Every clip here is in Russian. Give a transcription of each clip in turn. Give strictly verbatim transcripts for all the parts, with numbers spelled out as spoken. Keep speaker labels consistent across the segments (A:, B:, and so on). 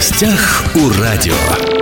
A: гостях у радио.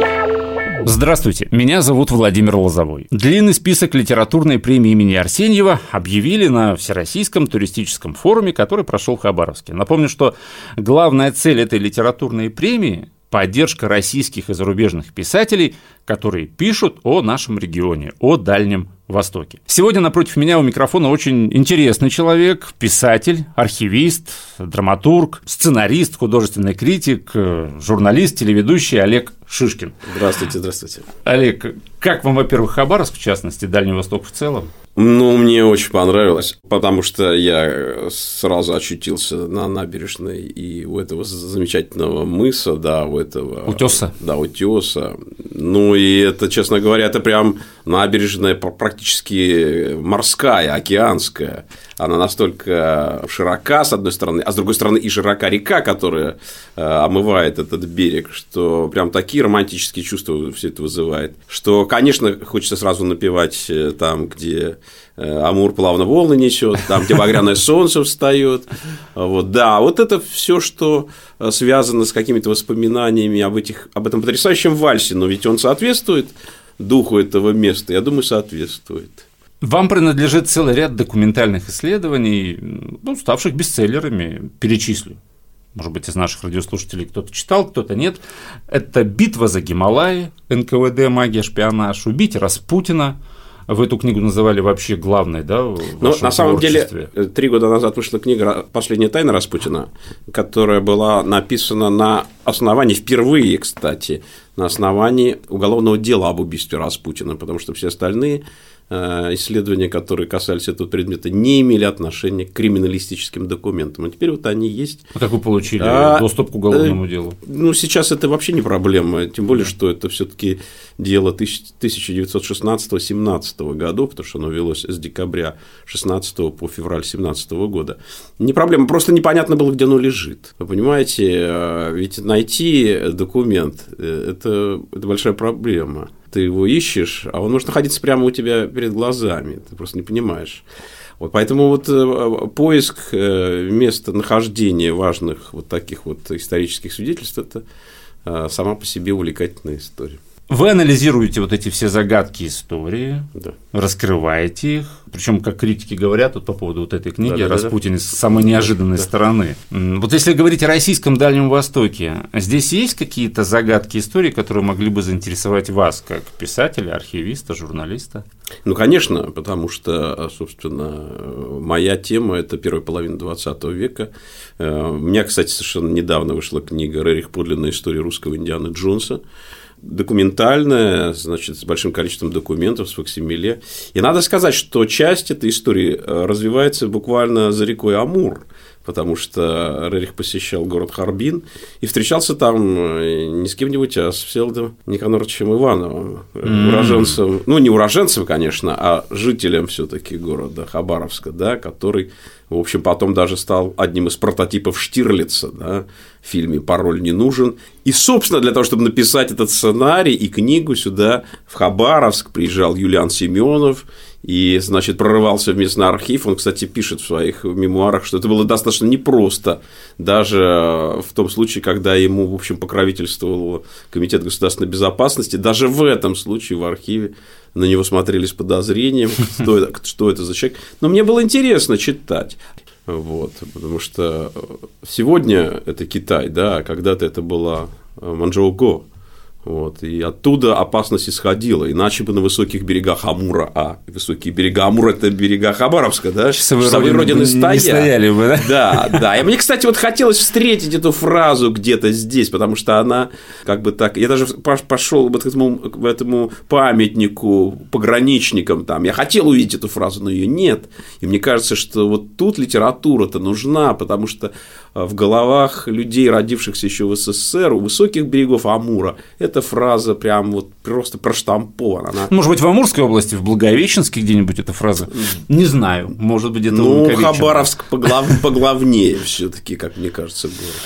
B: Здравствуйте, меня зовут Владимир Лозовой. Длинный список литературной премии имени Арсеньева объявили на Всероссийском туристическом форуме, который прошел в Хабаровске. Напомню, что главная цель этой литературной премии – поддержка российских и зарубежных писателей, которые пишут о нашем регионе, о Дальнем Востоке. Сегодня напротив меня у микрофона очень интересный человек, писатель, архивист, драматург, сценарист, художественный критик, журналист, телеведущий Олег Шишкин.
C: Здравствуйте, здравствуйте.
B: Олег, как вам, во-первых, Хабаровск, в частности, Дальний Восток в целом?
C: Ну, мне очень понравилось, потому что я сразу очутился на набережной и у этого замечательного мыса, да, у этого…
B: Утёса.
C: Да, утёса. Ну, и это, честно говоря, это прям набережная практически морская, океанская. Она настолько широка, с одной стороны, а с другой стороны и широка река, которая омывает этот берег, что прям такие романтические чувства все это вызывает, что, конечно, хочется сразу напевать там, где Амур плавно волны несет, там, где багряное солнце встает. Вот, да, вот это все, что связано с какими-то воспоминаниями об, этих, об этом потрясающем вальсе, но ведь он соответствует духу этого места, я думаю, соответствует.
B: Вам принадлежит целый ряд документальных исследований, ну, ставших бестселлерами, перечислю. Может быть, из наших радиослушателей кто-то читал, кто-то нет. Это «Битва за Гималаи», эн ка вэ дэ, магия, шпионаж, «Убить Распутина». Вы эту книгу называли вообще главной, да?
C: Ну, на самом деле, три года назад вышла книга «Последняя тайна Распутина», которая была написана на основании, впервые, кстати, на основании уголовного дела об убийстве Распутина, потому что все остальные исследования, которые касались этого предмета, не имели отношения к криминалистическим документам. А теперь вот они есть.
B: А как вы получили
C: а,
B: доступ к уголовному делу?
C: Ну, сейчас это вообще не проблема, тем более, что это все-таки дело тысяча девятьсот шестнадцатого — семнадцатого годов, потому что оно велось с декабря шестнадцатого по февраль семнадцатого года. Не проблема, просто непонятно было, где оно лежит. Вы понимаете, ведь найти документ – это, это большая проблема. Ты его ищешь, а он может находиться прямо у тебя перед глазами, ты просто не понимаешь. Вот поэтому вот поиск места нахождения важных вот таких вот исторических свидетельств – это сама по себе увлекательная история.
B: Вы анализируете вот эти все загадки истории,
C: да.
B: Раскрываете их, причем, как критики говорят вот по поводу вот этой книги,
C: да, да,
B: Распутин
C: да.
B: с самой неожиданной да. стороны. Вот если говорить о российском Дальнем Востоке, здесь есть какие-то загадки истории, которые могли бы заинтересовать вас, как писателя, архивиста, журналиста?
C: Ну, конечно, потому что, собственно, моя тема – это первая половина двадцатого века. У меня, кстати, совершенно недавно вышла книга «Рерих. Подлинная история русского Индианы Джонса», документальная, значит, с большим количеством документов, с факсимиле. И надо сказать, что часть этой истории развивается буквально за рекой Амур, потому что Рерих посещал город Харбин и встречался там не с кем-нибудь, а с Всеволодом Никаноровичем Ивановым, mm-hmm. уроженцем, ну, не уроженцем, конечно, а жителем все-таки города Хабаровска, да, который, в общем, потом даже стал одним из прототипов Штирлица, да, в фильме «Пароль не нужен». И, собственно, для того, чтобы написать этот сценарий и книгу, сюда, в Хабаровск, приезжал Юлиан Семенов и, значит, прорывался в местный архив. Он, кстати, пишет в своих мемуарах, что это было достаточно непросто, даже в том случае, когда ему, в общем, покровительствовал Комитет государственной безопасности. Даже в этом случае в архиве на него смотрели с подозрением, что это, что это за человек. Но мне было интересно читать. Вот, потому что сегодня это Китай, да, а когда-то это была Манчжоу-го. Вот, и оттуда опасность исходила, иначе бы на высоких берегах Амура, а высокие берега Амура – это берега Хабаровска, да, часовые родины стоят.
B: стояли бы, да?
C: Да, да, и мне, кстати, вот хотелось встретить эту фразу где-то здесь, потому что она как бы так, я даже пошел к этому, к этому памятнику пограничникам там, я хотел увидеть эту фразу, но ее нет, и мне кажется, что вот тут литература-то нужна, потому что в головах людей, родившихся еще в эс эс эс эр, у высоких берегов Амура эта фраза прям вот просто проштампована. Она...
B: Может быть, в Амурской области, в Благовещенске где-нибудь эта фраза? Не знаю, может быть, где-то
C: ну, в Хабаровск поглав... поглавнее все-таки, как мне кажется,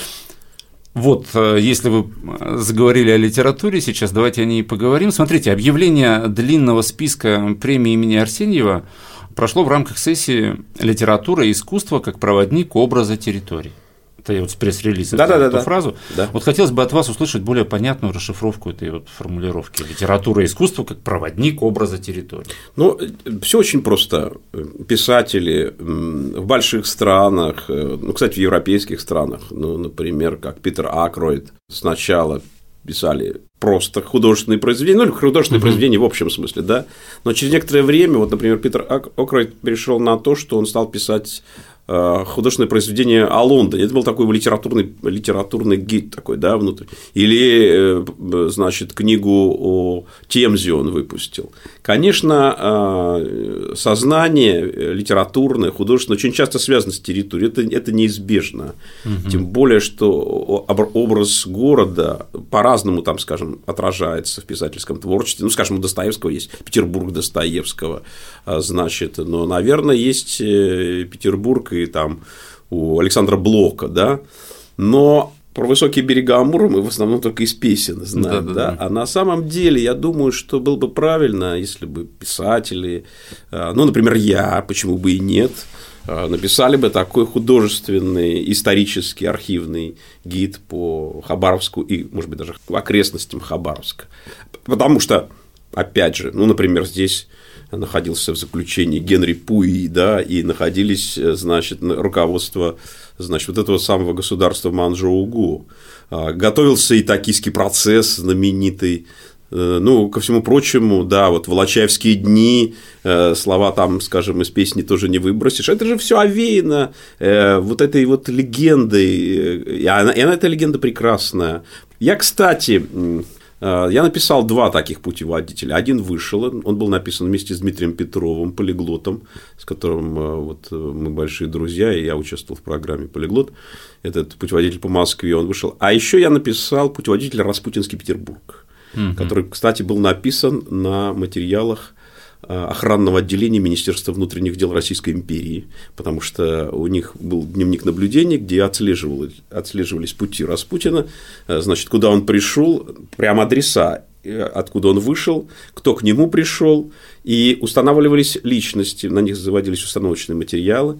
C: город.
B: Вот, если вы заговорили о литературе сейчас, давайте о ней поговорим. Смотрите, объявление длинного списка премии имени Арсеньева прошло в рамках сессии «Литература и искусство как проводник образа территорий». Это я вот с пресс-релиза
C: да, да, да,
B: эту
C: да.
B: фразу.
C: Да.
B: Вот хотелось бы от вас услышать более понятную расшифровку этой вот формулировки. Литература и искусство как проводник образа территории.
C: Ну, все очень просто. Писатели в больших странах, ну, кстати, в европейских странах, ну, например, как Питер Акройд, сначала писали просто художественные произведения, ну, или художественные uh-huh. произведения в общем смысле, да, но через некоторое время, вот, например, Питер Акройд перешел на то, что он стал писать художественное произведение о Лондоне. Это был такой литературный, литературный гид такой, да, внутри. Или, значит, книгу о Темзе он выпустил. Конечно, сознание литературное, художественное очень часто связано с территорией. Это, это неизбежно. Угу. Тем более, что образ города по-разному, там, скажем, отражается в писательском творчестве. Ну, скажем, у Достоевского есть Петербург Достоевского, значит, но, наверное, есть Петербург и там у Александра Блока, да, но про высокие берега Амура мы в основном только из песен знаем, да, да, да. А на самом деле я думаю, что было бы правильно, если бы писатели, ну, например, я, почему бы и нет, написали бы такой художественный, исторический, архивный гид по Хабаровску и, может быть, даже окрестностям Хабаровска, потому что, опять же, ну, например, здесь находился в заключении Генри Пуи, да, и находились, значит, руководство, значит, вот этого самого государства Манчжоу-Гу. Готовился и токийский процесс знаменитый. Ну, ко всему прочему, да, вот Волочаевские дни, слова там, скажем, из песни тоже не выбросишь. Это же все овеяно вот этой вот легендой, и она, и она эта легенда прекрасная. Я, кстати, я написал два таких путеводителя. Один вышел, он был написан вместе с Дмитрием Петровым, полиглотом, с которым вот мы большие друзья, и я участвовал в программе «Полиглот». Этот путеводитель по Москве, он вышел. А еще я написал путеводитель «Распутинский Петербург», угу. который, кстати, был написан на материалах охранного отделения Министерства внутренних дел Российской империи, потому что у них был дневник наблюдений, где отслеживались, отслеживались пути Распутина, значит, куда он пришел, прямо адреса, откуда он вышел, кто к нему пришел, и устанавливались личности, на них заводились установочные материалы.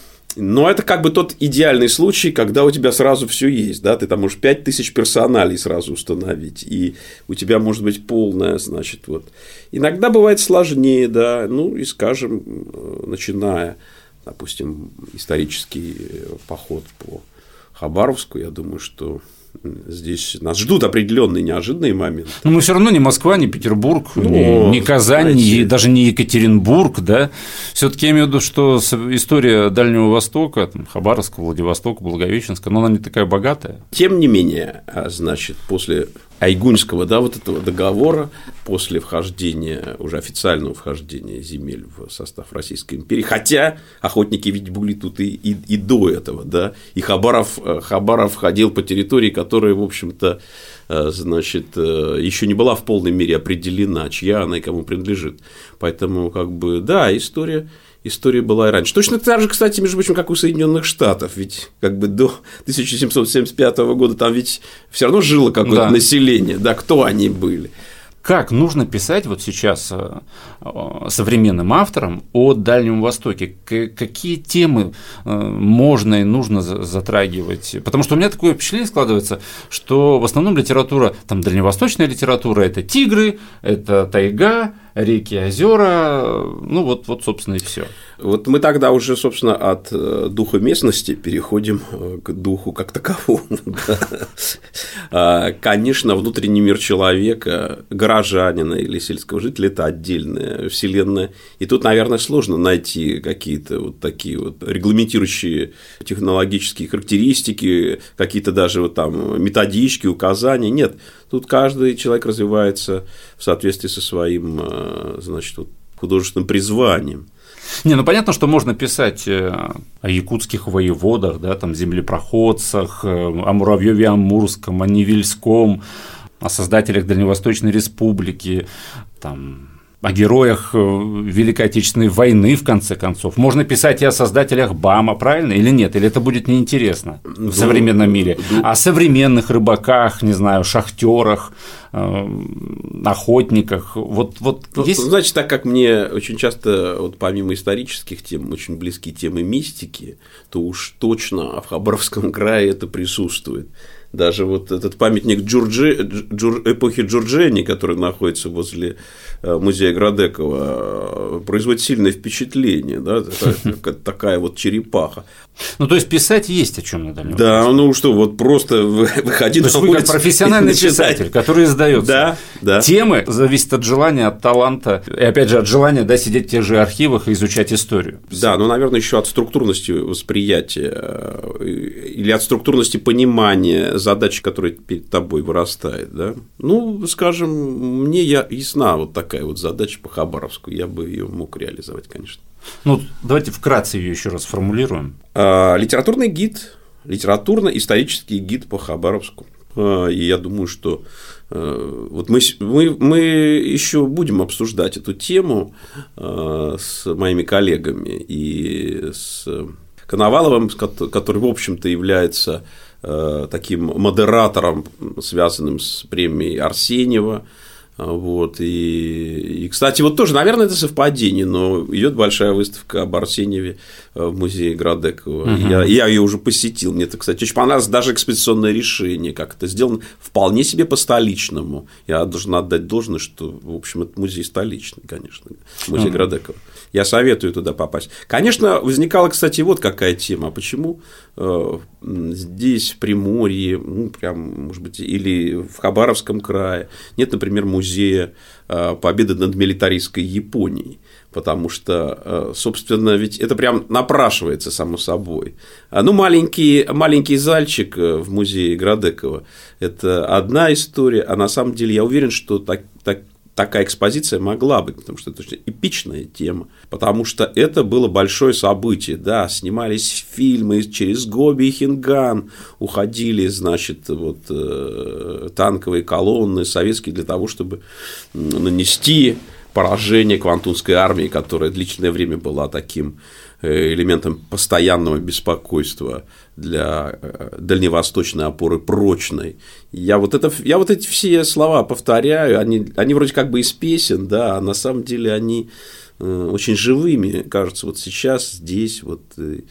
C: Но это как бы тот идеальный случай, когда у тебя сразу все есть, да, ты там можешь пять тысяч персоналей сразу установить, и у тебя может быть полная, значит, вот. Иногда бывает сложнее, да, ну, и, скажем, начиная, допустим, исторический поход по Хабаровску, я думаю, что здесь нас ждут определенные неожиданные моменты.
B: Но мы все равно не Москва, не Петербург, ну, не, не Казань,
C: знаете...
B: не, даже не Екатеринбург, да. Все-таки я имею в виду, что история Дальнего Востока, там, Хабаровска, Владивостока, Благовещенска, но она не такая богатая.
C: Тем не менее, значит, после Айгуньского, да, вот этого договора, после вхождения, уже официального вхождения земель в состав Российской империи, хотя охотники ведь были тут и, и, и до этого, да, и Хабаров, Хабаров ходил по территории, которая, в общем-то, значит, еще не была в полной мере определена, чья она и кому принадлежит. Поэтому, как бы, да, история. История была и раньше. Точно так же, кстати, между прочим, как у Соединенных Штатов. Ведь как бы до тысяча семьсот семьдесят пятого года там ведь все равно жило какое-то да. население. Да, кто они были?
B: Как нужно писать вот сейчас современным авторам о Дальнем Востоке? Какие темы можно и нужно затрагивать? Потому что у меня такое впечатление складывается, что в основном литература, там, дальневосточная литература – это тигры, это тайга, реки, озера, ну вот, вот, собственно, и все.
C: Вот мы тогда уже, собственно, от духа местности переходим к духу как таковому. Конечно, внутренний мир человека, горожанина или сельского жителя – это отдельная вселенная. И тут, наверное, сложно найти какие-то вот такие вот регламентирующие технологические характеристики, какие-то даже вот там методички, указания. Нет, тут каждый человек развивается в соответствии со своим, значит, вот, художественным призванием.
B: Не, ну понятно, что можно писать о якутских воеводах, да, там, землепроходцах, о Муравьеве Амурском, о Невельском, о создателях Дальневосточной Республики, там, о героях Великой Отечественной войны, в конце концов. Можно писать и о создателях БАМа, правильно, или нет? Или это будет неинтересно в ну, современном мире? Ну, о современных рыбаках, не знаю, шахтерах, э, охотниках. Вот, вот
C: ну,
B: есть...
C: Значит, так как мне очень часто, вот, помимо исторических тем, очень близки темы мистики, то уж точно в Хабаровском крае это присутствует. Даже вот этот памятник Джурджи, Джур, эпохи Джурджени, который находится возле музея Градекова, производит сильное впечатление, да, такая вот черепаха.
B: Ну, то есть писать есть о чем на Дальнем Востоке.
C: Да, ну что, вот просто выходи на улицу.
B: То есть вы как профессиональный писатель, который издается.
C: Да, да.
B: Темы зависят от желания, от таланта, и опять же от желания, да, сидеть в тех же архивах и изучать историю.
C: Да, ну, наверное, еще от структурности восприятия или от структурности понимания задачи, которая перед тобой вырастает, да. Ну, скажем, мне ясна вот такая вот задача по Хабаровску, я бы ее мог реализовать, конечно.
B: Ну, давайте вкратце ее еще раз сформулируем.
C: А, литературный гид, литературно-исторический гид по Хабаровску. А, и я думаю, что а, вот мы, мы, мы еще будем обсуждать эту тему а, с моими коллегами и с Коноваловым, который, в общем-то, является а, таким модератором, связанным с премией Арсеньева. Вот, и, и, кстати, вот тоже, наверное, это совпадение, но идет большая выставка об Арсеньеве в музее Градекова. Uh-huh. Я, я ее уже посетил. Мне это, кстати, очень понравилось даже экспозиционное решение, как это сделано вполне себе по-столичному. Я должен отдать должное, что, в общем, это музей столичный, конечно, музей uh-huh. Градекова. Я советую туда попасть. Конечно, возникала, кстати, вот какая тема. Почему э, здесь, в Приморье, ну, прям, может быть, или в Хабаровском крае нет, например, музея э, победы над милитаристской Японией? Потому что, э, собственно, ведь это прям напрашивается само собой. Ну, маленький, маленький зальчик в музее Градекова – это одна история, а на самом деле я уверен, что так, так такая экспозиция могла быть, потому что это очень эпичная тема, потому что это было большое событие, да, снимались фильмы через Гоби и Хинган, уходили, значит, вот, э, танковые колонны советские для того, чтобы нанести поражение Квантунской армии, которая длительное время была таким элементом постоянного беспокойства для дальневосточной опоры прочной. Я вот, это, я вот эти все слова повторяю, они, они вроде как бы из песен, да, а на самом деле они очень живыми, кажется, вот сейчас, здесь, вот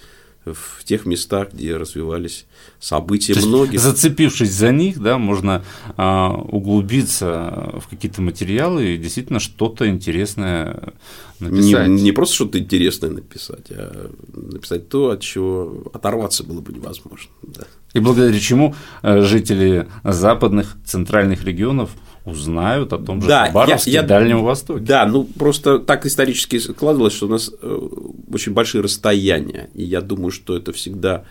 C: в тех местах, где развивались события многих.
B: Зацепившись за них, да, можно а, углубиться в какие-то материалы и действительно что-то интересное написать.
C: Не, не просто что-то интересное написать, а написать то, от чего оторваться было бы невозможно. Да.
B: И благодаря чему жители западных, центральных регионов узнают о том же да, Хабаровске и Дальнем Востоке.
C: Да, ну просто так исторически складывалось, что у нас очень большие расстояния, и я думаю, что это всегда…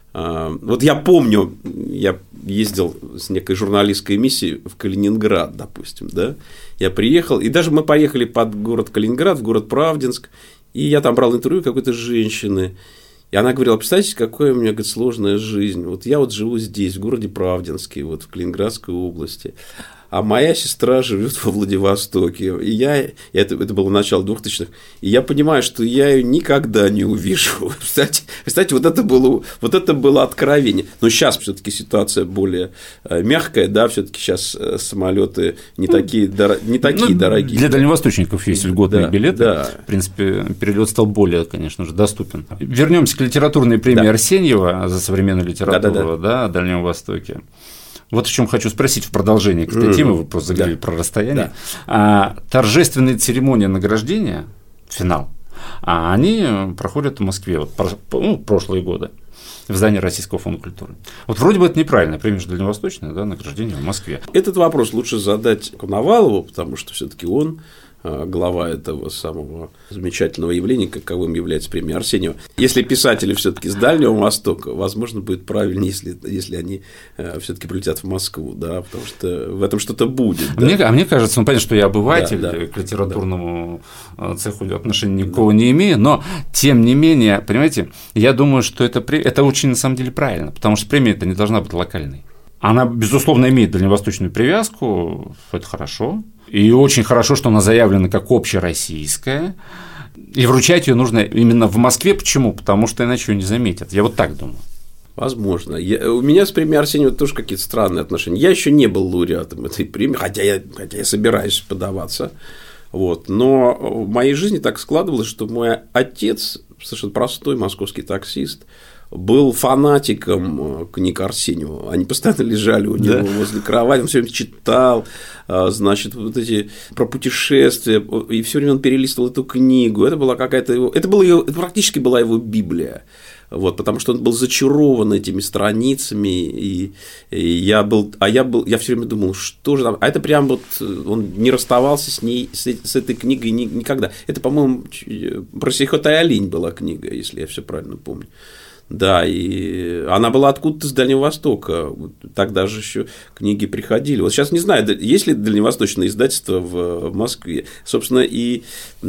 C: Вот я помню, я ездил с некой журналистской миссией в Калининград, допустим, да, я приехал, и даже мы поехали под город Калининград, в город Правдинск, и я там брал интервью какой-то женщины, и она говорила: представьте, какая у меня, говорит, сложная жизнь, вот я вот живу здесь, в городе Правдинске, вот в Калининградской области, а моя сестра живет во Владивостоке, и я, это, это было начало двухтысячных, и я понимаю, что я ее никогда не увижу. Кстати, кстати вот, это было, вот это было откровение. Но сейчас все-таки ситуация более мягкая, да, все-таки сейчас самолеты не такие, дор... не такие ну, дорогие.
B: Для дальневосточников есть льготные
C: да,
B: билеты.
C: Да.
B: В принципе, перелет стал более, конечно же, доступен. Вернемся к литературной премии да. Арсеньева за современную литературу да, да, да. Да, о Дальнем Востоке. Вот о чем хочу спросить в продолжении к этой теме, вы просто заговорили да. про расстояние. Да. А, торжественные церемонии награждения, финал, а они проходят в Москве вот, ну, прошлые годы в здании Российского фонда культуры. Вот вроде бы это неправильно, премия же дальневосточная, да, награждение в Москве.
C: Этот вопрос лучше задать Коновалову, потому что все-таки он глава этого самого замечательного явления, каковым является премия Арсеньева. Если писатели все-таки с Дальнего Востока, возможно, будет правильнее, если, если они все-таки прилетят в Москву, да, потому что в этом что-то будет.
B: Да? Мне, а мне кажется, ну, понятно, что я обыватель, да, да, к литературному да. цеху отношения никакого да. не имею, но тем не менее, понимаете, я думаю, что это, это очень на самом деле правильно, потому что премия-то не должна быть локальной. Она, безусловно, имеет дальневосточную привязку, это хорошо. И очень хорошо, что она заявлена как общероссийская. И вручать ее нужно именно в Москве. Почему? Потому что иначе ее не заметят. Я вот так думаю.
C: Возможно. Я, у меня с премией Арсеньева тоже какие-то странные отношения. Я еще не был лауреатом этой премии, хотя я, хотя я собираюсь подаваться. Вот. Но в моей жизни так складывалось, что мой отец, совершенно простой московский таксист, был фанатиком книг Арсеньева. Они постоянно лежали у него да? возле кровати, он все время читал, значит, вот эти про путешествия, и все время он перелистывал эту книгу. Это была какая-то его. Это, было его, это практически была его Библия. Вот, потому что он был зачарован этими страницами, и, и я был, а я был, я все время думал, что же там, а это прям вот, он не расставался с ней, с, с этой книгой ни, никогда. Это, по-моему, про Сейхота и Олень была книга, если я все правильно помню. Да, и она была откуда-то с Дальнего Востока. Тогда же еще книги приходили. Вот сейчас не знаю, есть ли дальневосточное издательство в Москве. Собственно, и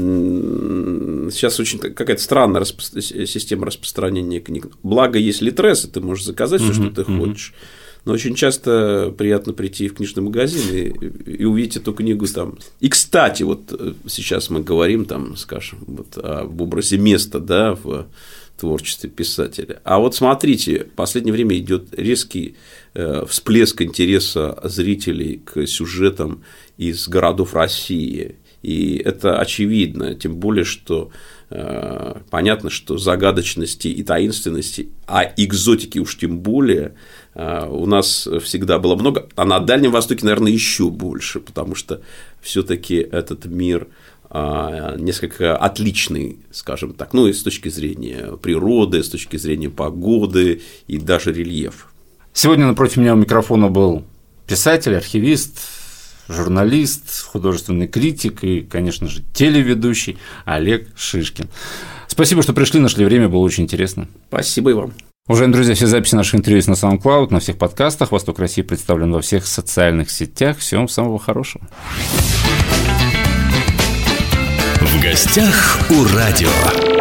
C: сейчас очень какая-то странная распро... система распространения книг. Благо, есть Литрес, и ты можешь заказать все, что ты хочешь. Но очень часто приятно прийти в книжный магазин и, и увидеть эту книгу там. И, кстати, вот сейчас мы говорим, там, скажем, вот об образе места, да, в творчестве писателя. А вот смотрите, в последнее время идет резкий э, всплеск интереса зрителей к сюжетам из городов России. И это очевидно, тем более, что э, понятно, что загадочности и таинственности, а экзотики уж тем более, э, у нас всегда было много, а на Дальнем Востоке, наверное, еще больше, потому что все-таки этот мир несколько отличный, скажем так, ну и с точки зрения природы, с точки зрения погоды и даже рельеф.
B: Сегодня напротив меня у микрофона был писатель, архивист, журналист, художественный критик и, конечно же, телеведущий Олег Шишкин. Спасибо, что пришли, нашли время, было очень интересно.
C: Спасибо и вам.
B: Уважаемые друзья, все записи наших интервью есть на SoundCloud, на всех подкастах. «Восток России» представлен во всех социальных сетях. Всем самого хорошего.
A: В гостях у радио.